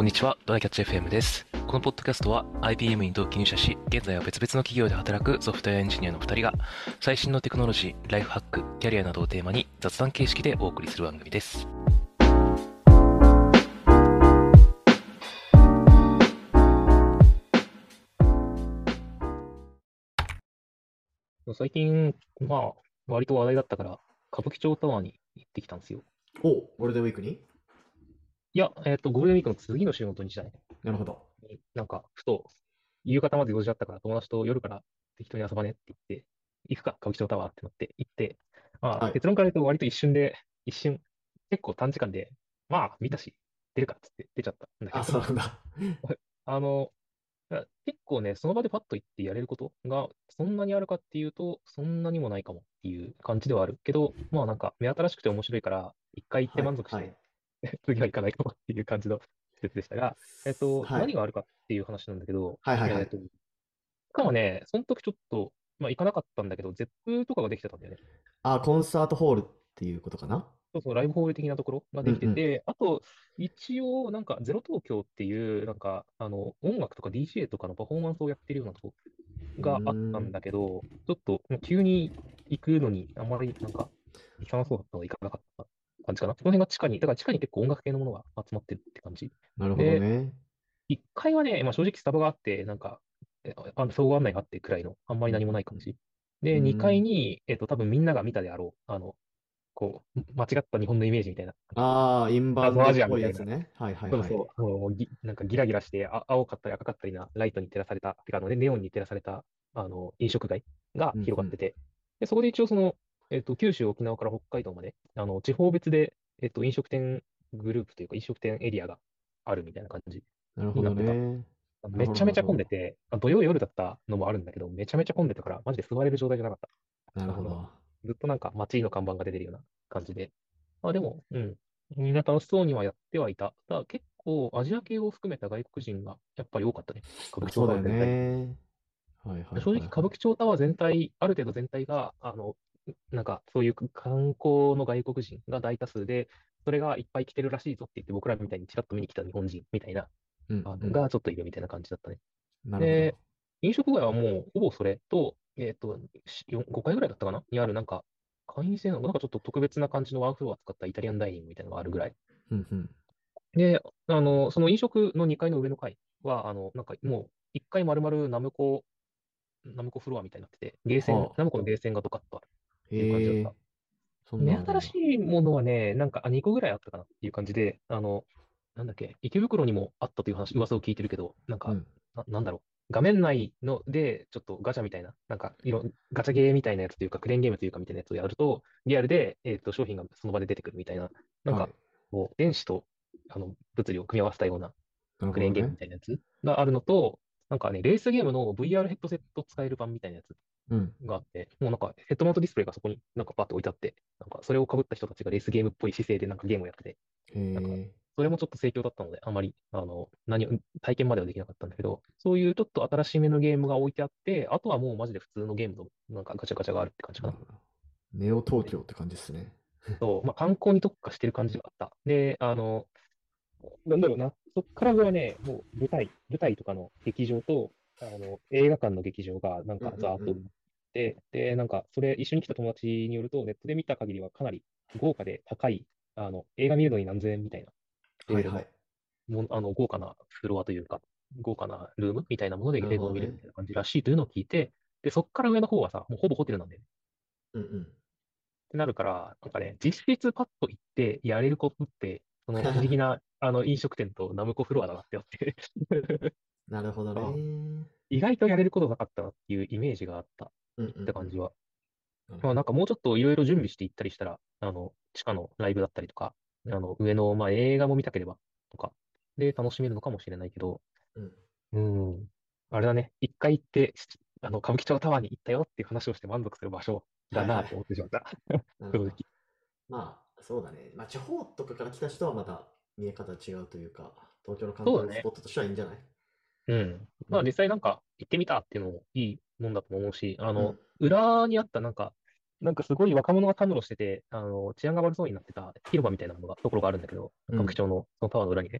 こんにちは、ドライキャッチ FM です。このポッドキャストは IBM に同期入社し、現在は別々の企業で働くソフトウェアエンジニアの2人が、最新のテクノロジー、ライフハック、キャリアなどをテーマに雑談形式でお送りする番組です。最近、割と話題だったから、歌舞伎町タワーに行ってきたんですよ。 お、ゴールデンウィークに。 いや、ゴールデンウィークの次の週の土日だね。 なるほど。 なんか、ふと、夕方まで用事だったから、友達と夜から適当に遊ばねって言って、行くか、歌舞伎町タワーってなって行って、 はい。 結論から言うと割と一瞬、結構短時間で、見たし、出るかっつって出ちゃったんだけあ、 ど、 そうなんだ。 あの、結構ね、その場でパッと行ってやれることが、そんなにあるかっていうと、そんなにもないかもっていう感じではあるけど、なんか、目新しくて面白いから、一回行ってはい、はい。 満足して、次は行かないかもっていう感じの施設でしたが、 はい。 何があるかっていう話なんだけど、 はいはいはい。 しかもね、その時ちょっと、行かなかったんだけど、ゼップとかができてたんだよね。 あ、コンサートホールっていうことかな。 そうそう、ライブホール的なところがうんうん。 できてて、あと、一応、なんか、ゼロ東京っていう、なんか、音楽とか DJ とかのパフォーマンスをやってるようなとこうーがあったんん。 だけど、ちょっと、もう急に行くのに、あんまり、なんか、行かなそうだったので行かなかった感じかな。その辺が地下に、だから地下に結構音楽系のものが集まってるって感じ。 なるほどで、 ね。 1階はね、正直スタバがあって、なんか、総合案内があってくらいの、あんまりうん何もないうん感じ。で、 うん。う 2階ーん。 に、多分みんなが見たであろう、間違った日本のイメージみたいな、 ああ、インバウン謎アドっぽいジアみたいな、 やつね。はいはいはい。 そうそう、なんかギラギラして、青かったり赤かったりなライトに照らされた、てかネオンに照らされた、飲食街がうんうん。 広がってて、で、そこで一応九州、沖縄から北海道まで、地方別で、飲食店グループというか、飲食店エリアがあるみたいな感じなるほどになってた。 ね。なるほめちゃめちゃどなるほど。 混んでて、土曜夜だったのもあるんだけど、めちゃめちゃ混んでたから、マジで座れる状態じゃなかった。 なるほど。 ずっとなんか街の看板が出てるような感じで。でも、みんな楽しそうにはやってはいた。ただ結構アジア系を含めた外国人がやっぱり多かったね。歌舞まあ伎町そうだよタワー全体。 ね。はいはい正直歌舞はいはい。 伎町タワー全体、ある程度全体が、なんかそういう観光の外国人が大多数で、それがいっぱい来てるらしいぞって言って僕らみたいにちらっと見に来た日本人みたいな、 うんうん。 がちょっといるみたいな感じだったね。 なるほど。 で、飲食街はもうほぼそれと、5回ぐらいだったかなにあるなんか、会員制の、なんかちょっと特別な感じのワンフロア使ったイタリアンダイニングみたいなのがあるぐらい。 うんうん。 で、その飲食の2階の上の階は、なんかもう1階丸々ナムコフロアみたいになってて、 はあ。 ナムコのゲーセンがドカッとあるっていう感じだっへえ。 た。 そんな目んあるんだ。 新しいものはね、なんか、2個ぐらいあったかなっていう感じで、なんだっけ、池袋にもあったという噂を聞いてるけど、なんか、 うん。 なんだろう。画面内ので、ちょっとガチャみたいな、なんか、ガチャゲーみたいなやつというか、クレーンゲームというかみたいなやつをやると、リアルで、商品がその場で出てくるみたいな、なんか、 はい。 電子と、物理を組み合わせたようななるクレーンゲームほどね。 みたいなやつがあるのと、なんかね、レースゲームの VR ヘッドセット使える版みたいなやつうん。 があって、もうなんかヘッドマウントディスプレイがそこになんかパッと置いてあって、なんかそれを被った人たちがレースゲームっぽい姿勢でなんかゲームをやってて、 へなんかえ。 それもちょっと盛況だったので、あまり、体験まではできなかったんだけど、そういうちょっと新しめのゲームが置いてあって、あとはもうマジで普通のゲームのなんかガチャガチャがあるって感じかな。 なるほど。ネオ東京って感じですね。 観光に特化してる感じがあった。で、なんだろうな。そっから上はね、もう舞台とかの劇場と、映画館の劇場がなんうんかうんうん。 ザーッと埋まってで、なんかそれ一緒に来た友達によると、ネットで見た限りはかなり豪華で高い、映画見るのに何千円みたいなレベルの、 はいはい。 豪華なフロアというか、豪華なルームみたいなものでなる映画を見れるほどね。 みたいな感じらしいというのを聞いて、で、そっから上の方はさ、もうほぼホテルなんだよね。 うんうん。 ってなるから、なんかね、実質パッと行ってやれることって、その不思議な、飲食店とナムコフロアだなってあってなるほどあ、 ね。 意外とやれることなかったなっていうイメージがあった。 うん行っうんうん。 た感じは。 なるほど。 なんかもうちょっといろいろ準備して行ったりしたら、地下のライブだったりとか、上の、映画も見たければとか、で楽しめるのかもしれないけど、 うん。 うん、あれだね、一回行って、歌舞伎町タワーに行ったよっていう話をして満足する場所だなと思っはいはい。 てしまった。 なるほど。 正直。 まあ、そうだね。まあ、地方とかから来た人はまた見え方違うというか、東京の観そうだね。 光スポットとしてはいいんじゃない。 うん。 うん。 実際なんか行ってみたっていうのもいいもんだと思うし、 うん。 裏にあったなんかすごい若者がたむろしてて、治安が悪そうになってた広場みたいなところがあるんだけど、 うん。 歌舞伎町のそのタワーの裏にね。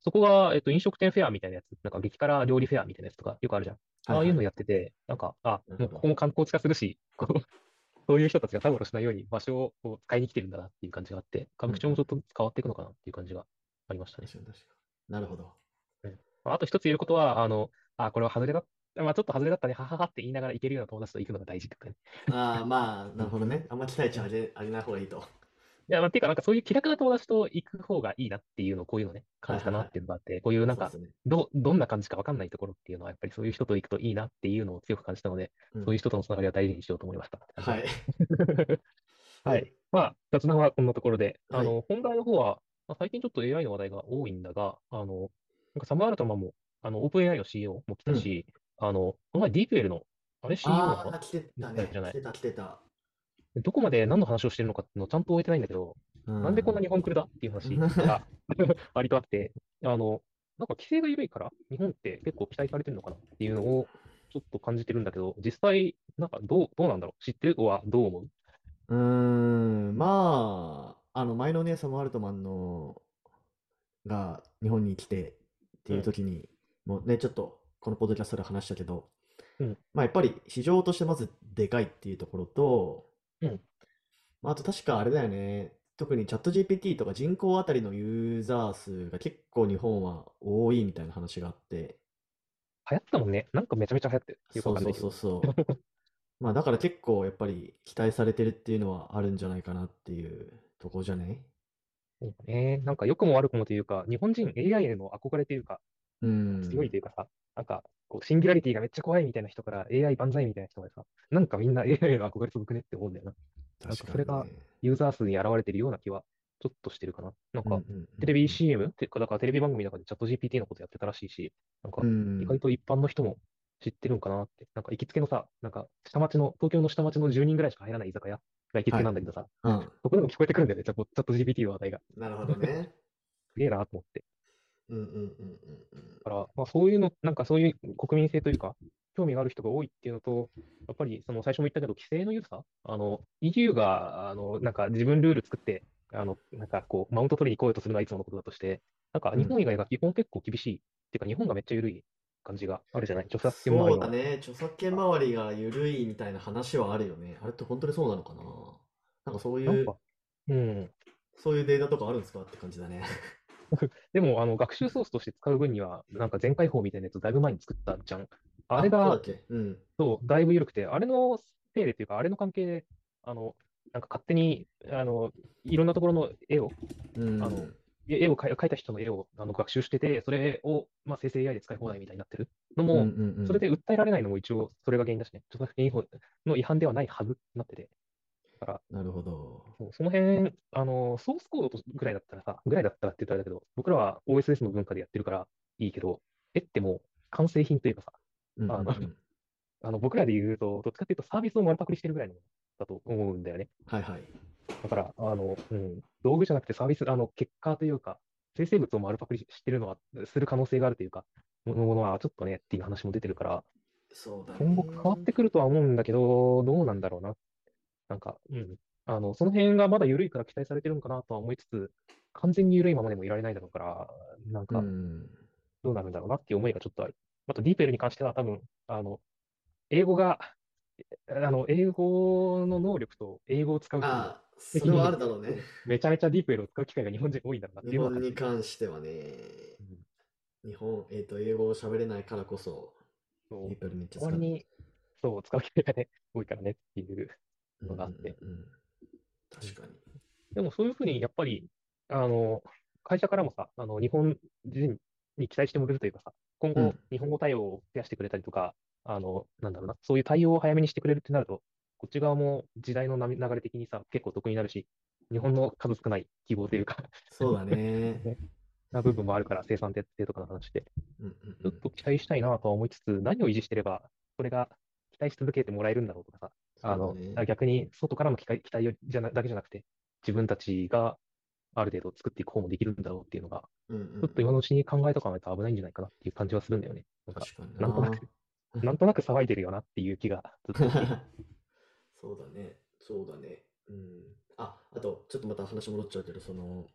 そこが、飲食店フェアみたいなやつ、なんか激辛料理フェアみたいなやつとかよくあるじゃん。 はいはい。 ああいうのやってて、なんか、あ、 なるほど。 もうここも観光地化するし、こう、そういう人たちがたむろしないように場所をこう使いに来てるんだなっていう感じがあって、歌うんうん。 舞伎町もちょっとずつ変わっていくのかなっていう感じがありましたね。 確かに確かに。なるほど。 うん。あと一つ言えることは、これは外れだ、まあちょっと外れだったね、はははって言いながら行けるような友達と行くのが大事ってことね。 ああ、まあ、 うん。 なるほどね。あんま期待値うん。 上げない方がいいと。 いや、まあ、ていうか、なんかそういう気楽な友達と行く方がいいなっていうのを、こういうのね、感じたなっはいはいはい。 ていうのがあって、こういうなんか、 そうですね。 どんな感じかわかんないところっていうのは、やっぱりそういう人と行くといいなっていうのを強く感じたので、 うん。 そういう人とのつながりは大事にしようと思いましたって感じです。 はい。 はい。まあ、雑談はこんなところで、 はい。 本題の方は、まあ、最近ちょっと AI の話題が多いんだが、なんかサム・アルトマンも、オープン AI の CEO も来うん。 たし、この前ディープエルの、あれ CEO なのかな、 ああ、来てみたね。 たいじゃない。 来てた来てた。 どこまで何の話をしてるのかっていうのをちゃんと終えてないんだけど、 うなんでこんなん。 日本来るだっていう話が割とあって、なんか規制が緩いから、日本って結構期待されてるのかなっていうのをちょっと感じてるんだけど、実際、なんかどうなんだろう、知ってるのはどう思う？ うーん。まあ、前のね、サム・アルトマンのが日本に来てってうん、 いう時に、もうね、ちょっとこのポッドキャストで話したけど、 うん、 まあやっぱり市場としてまずでかいっていうところと、 うん。 まあ、あと確かあれだよね。特にチャット GPT とか人口あたりのユーザー数が結構日本は多いみたいな話があって、 流行ってたもんね。なんかめちゃめちゃ流行ってる。よくわかんないけど。 そうそうそうそう。まあだから結構やっぱり期待されてるっていうのはあるんじゃないかなっていうところじゃない？ そうね。なんか良くも悪くもというか、日本人 AI への憧れというか、 う強いん。 というかさ、なんか、こう、シンギュラリティがめっちゃ怖いみたいな人から AI 万歳みたいな人までさ、なんかみんな AI への憧れ続くねって思うんだよな。なん確かそれがかにね。 ユーザー数に現れてるような気はちょっとしてるかな。なんか、 うんうんうテレビん CM っていうか、だからテレビ番組の中でチャット GPT のことやってたらしいし、なんか、 うん。うん。 意外と一般の人も知ってるんかなって。なんか行きつけのさ、なんか、東京の下町の10人ぐらいしか入らない居酒屋が行きつはい。 けなんだけどさ、 うん。 そこでも聞こえてくるんだよね、チャット GPT の話題が。 なるほどね。 すげえなと思って。 うんうんうんうんから、まあ、そういうの、なんかそういう国民性というか、興味がある人が多いっていうのと、やっぱりその最初も言ったけど、規制の緩さ、EU が、なんか自分ルール作って、なんかこう、マウント取りに来ようとするのはいつものことだとして、なんかうん。うん。 日本以外が基本結構厳しい。っていうか、日本がめっちゃ緩い感じがあるじゃない。著作権周りの。 そうだね。著作権周りが緩いみたいな話はあるよね。あれって本当にそうなのかな？なんかなんか、うん。 そういうデータとかあるんですかって感じだね。 でも、学習ソースとして使う分には、なんか全開放みたいなやつをだいぶ前に作ったじゃん。あれあ、そうだが、 っけ？うん。 そう、だいぶ緩くて、あれのせいでっていうか、あれの関係で、なんか勝手に、いろんなところの絵を、 うあの、 ん。 描いた人の絵を学習してて、それを、まあ、生成 AI で使い放題みたいになってるのうんうんうも、それん。 で訴えられないのも一応それが原因だしね。著作権法の違反ではないはずになってて。だから、 なるほど。 そうその辺、ソースコードぐらいだったらさ、ぐらいだったらって言ったらあれだけど、僕らは OSS の文化でやってるからいいけど、絵ってもう完成品というかさ、 うんうんうあの、 ん。 僕らで言うと、どっちかっていうとサービスを丸パクリしてるぐらいのものだと思うんだよね。 はいはい。 だから、道具じゃなくてサービス、結果というか、生成物を丸パクリしてるのは、する可能性があるというか、ものはちょっとねっていう話も出てるから、 そうだ今後変わっね。 てくるとは思うんだけど、どうなんだろうな。なんか、その辺がまだ緩いから期待されてるのかなとは思いつつ、完全に緩いままでもいられないだろうから、なんうか、 ん。 どうなるんだろうなっていう思いがちょっとある。あと、ディープエルに関しては多分、英語が、英語の能力と英語を使う人ああ、それはあ的に、 るだろうね。 めちゃめちゃディープエルを使う機会が日本人多いんだろうなっ日ていうのは感じてる。 本に関してはね、 うん。 英語を喋れないからこそ、 そう。 リープルめっちゃ使う。 代わりに、そう、使う機会がね、多いからねっていううんうんのがあって。 うんうん。 うん。 確かに。 でもそういうふうに、やっぱり、あの、会社からもさ、日本人に期待してもらえるというかさ、今後、 うん。 日本語対応を増やしてくれたりとか、なんだろうな、そういう対応を早めにしてくれるってなると、こっち側も時代の流れ的にさ、結構得になるし、日本の数少ない希望というかそうだね。 ね、な部分もあるから、生産性とかの話で。 うんうんうん。 ちょっと期待したいなとは思いつつ、何を維持してれば、それが期待し続けてもらえるんだろうとかさ、 そうだね。 逆に外からの期待だけじゃなくて、自分たちがある程度作っていく方もできるんだろうっていうのが、 うんうんうちょっと今ん。 のうちに考えとかないと危ないんじゃないかなっていう感じはするんだよね。なんか、 確かにな。 なんとなく、なんとなく騒いでるよなっていう気がずっとしている。 そうだね。そうだね。うん。あと、ちょっとまた話戻っちゃうけど、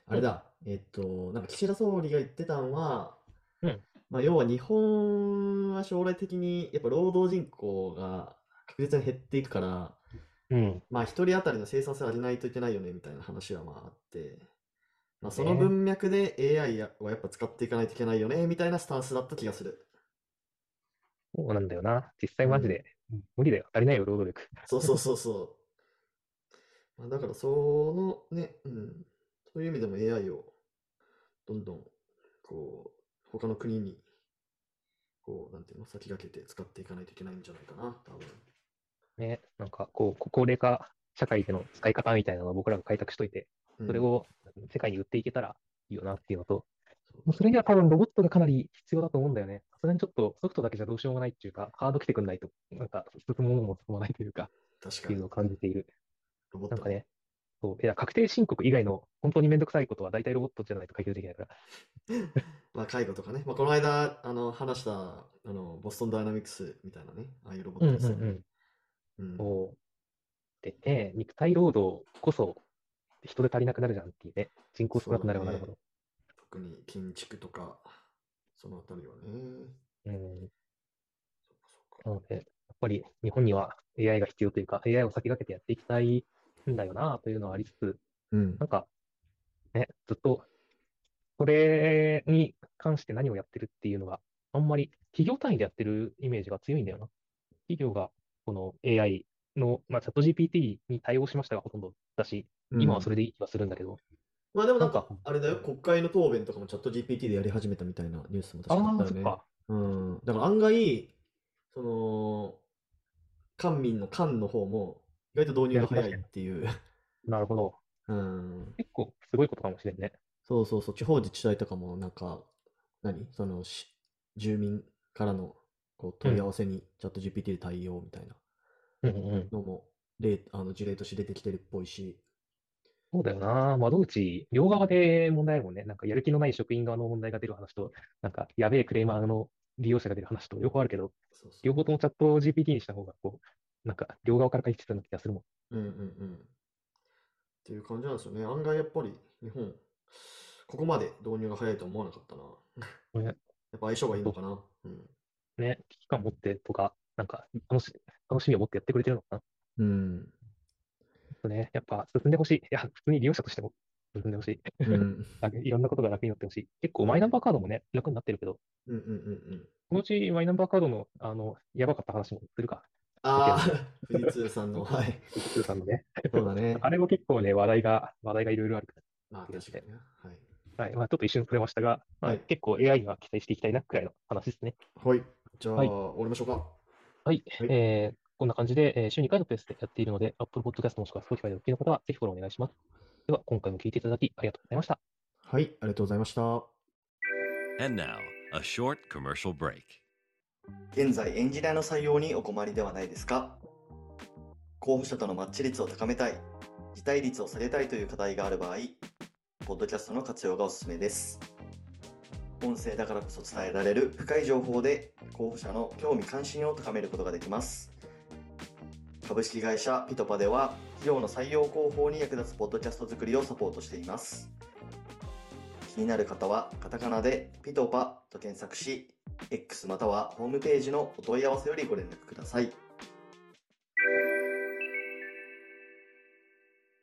あれだ、なんか岸田総理が言ってたのは、 うん。 まあ、要は日本は将来的にやっぱ労働人口が確実に減っていくから、 うん。 まあ一人当たりの生産性を上げないといけないよねみたいな話はまああって、まあそのね。 文脈で AI はやっぱ使っていかないといけないよねみたいなスタンスだった気がする。 そうなんだよな。実際うん。 マジで、無理だよ。足りないよ、労働力。 そうそうそうそう。まあ、だからそのね、うん。そういう意味でも AI をどんどんこう他の国にこうなんていうの先駆けて使っていかないといけないんじゃないかな、多分。 ね。なんか、こう、高齢化社会での使い方みたいなのを僕らが開拓しといて、 うん。 それを世界に売っていけたらいいよなっていうのと、 そうもうそれには多分ロボットがかなり必要だと思うんだよね。さすがにちょっとソフトだけじゃどうしようもないっていうか、ハード来てくんないと、なんか進むものも進まないというか、 確かに。 っていうのを感じている。 ロボットね。 なんかね、そう、いや、確定申告以外の本当にめんどくさいことは大体ロボットじゃないと解決できないから。 まあ介護とかね。まあこの間話したボストンダイナミクスみたいなね、ああいうロボッうんトですよね。 うんうん。 うん。 そう。でね、肉体労働こそ人で足りなくなるじゃんっていうね。人口少そうなくだね。 なればなるほど。 特に建築とか、そのあたりはね。 うん。 そっかそっか。 なので、やっぱり日本には AI が必要というか、AI を先駆けてやっていきたいんだよなというのはありつつ、 うん。 なんかね、ずっとそれに関して何をやってるっていうのがあんまり企業単位でやってるイメージが強いんだよな。企業がこの AI の、まあ、チャット GPT に対応しましたがほとんどだし、 うん。 今はそれでいい気はするんだけど、 まあでもなんか、 なんか、 あれだよ、 うん、 国会の答弁とかもチャット GPT でやり始めたみたいなニュースも確かあっああ、 たよね。 そっか。 うん。だから案外、その、官民の官の方も意外と導入が早いっやる気出してる。 ていう。 なるほど。 うん。 結構すごいことかもしれんね。 そうそうそう、地方自治体とかもなんか、住民からのこう問い合うん。 わせにチャット GPT で対応みたいなうんうんうん。 のも事例として出てきてるっぽいし。 そうだよな。窓口、両側で問題あるもんね。なんかやる気のない職員側の問題が出る話と、なんかやべえクレーマーの利用者が出る話と両方あるけど、 そうそう。 両方ともチャット GPT にした方が、こう、なんか両側から解決するような気がするもうんうんうん。っていう感じなんですよね。案外やっぱり日本、ここまで導入が早いとは思わなかったな。 ん。ね、 やっぱ相性がいいそうのかな。うん。 ね、危機感持ってとか、なんか楽しみを持ってやってくれてるのかな。 うん。 とね、やっぱ進んでほしい。いや、普通に利用者としても進んでほしい。 うん。 いろんなことが楽になってほしい。結構マイナンそうね。 バーカードもね、楽になってるけど、 うんうんうんうん。 このうちマイナンバーカードの、やばかった話もするか。保険の。 ああ、富士通さんの、はい。 富士通さんのね。 そうだね。 あれも結構ね、話題がいろいろあるかまあらっていうので、 確かにね。はい。 はい。まあ、ちょっと一瞬触れましたが、まあ、 はい。 結構 AI には期待していきたいなくらいの話ですね。 はい。じゃあ、 はい。 終わりましょうか。 はい。 はい。 こんな感じで、週2回のペースでやっているので、Apple Podcast もしくは Spotify でお聞きの方は、ぜひフォローお願いします。では、今回も聞いていただきありがとうございました。 はい。ありがとうございました。 And now, a short commercial break. 現在、エンジニアの採用にお困りではないですか？候補者とのマッチ率を高めたい、辞退率を下げたいという課題がある場合、ポッドキャストの活用がおすすめです。音声だからこそ伝えられる深い情報で候補者の興味関心を高めることができます。株式会社ピトパでは企業の採用広報に役立つポッドキャスト作りをサポートしています。気になる方はカタカナでピトパと検索し、X またはホームページのお問い合わせよりご連絡ください。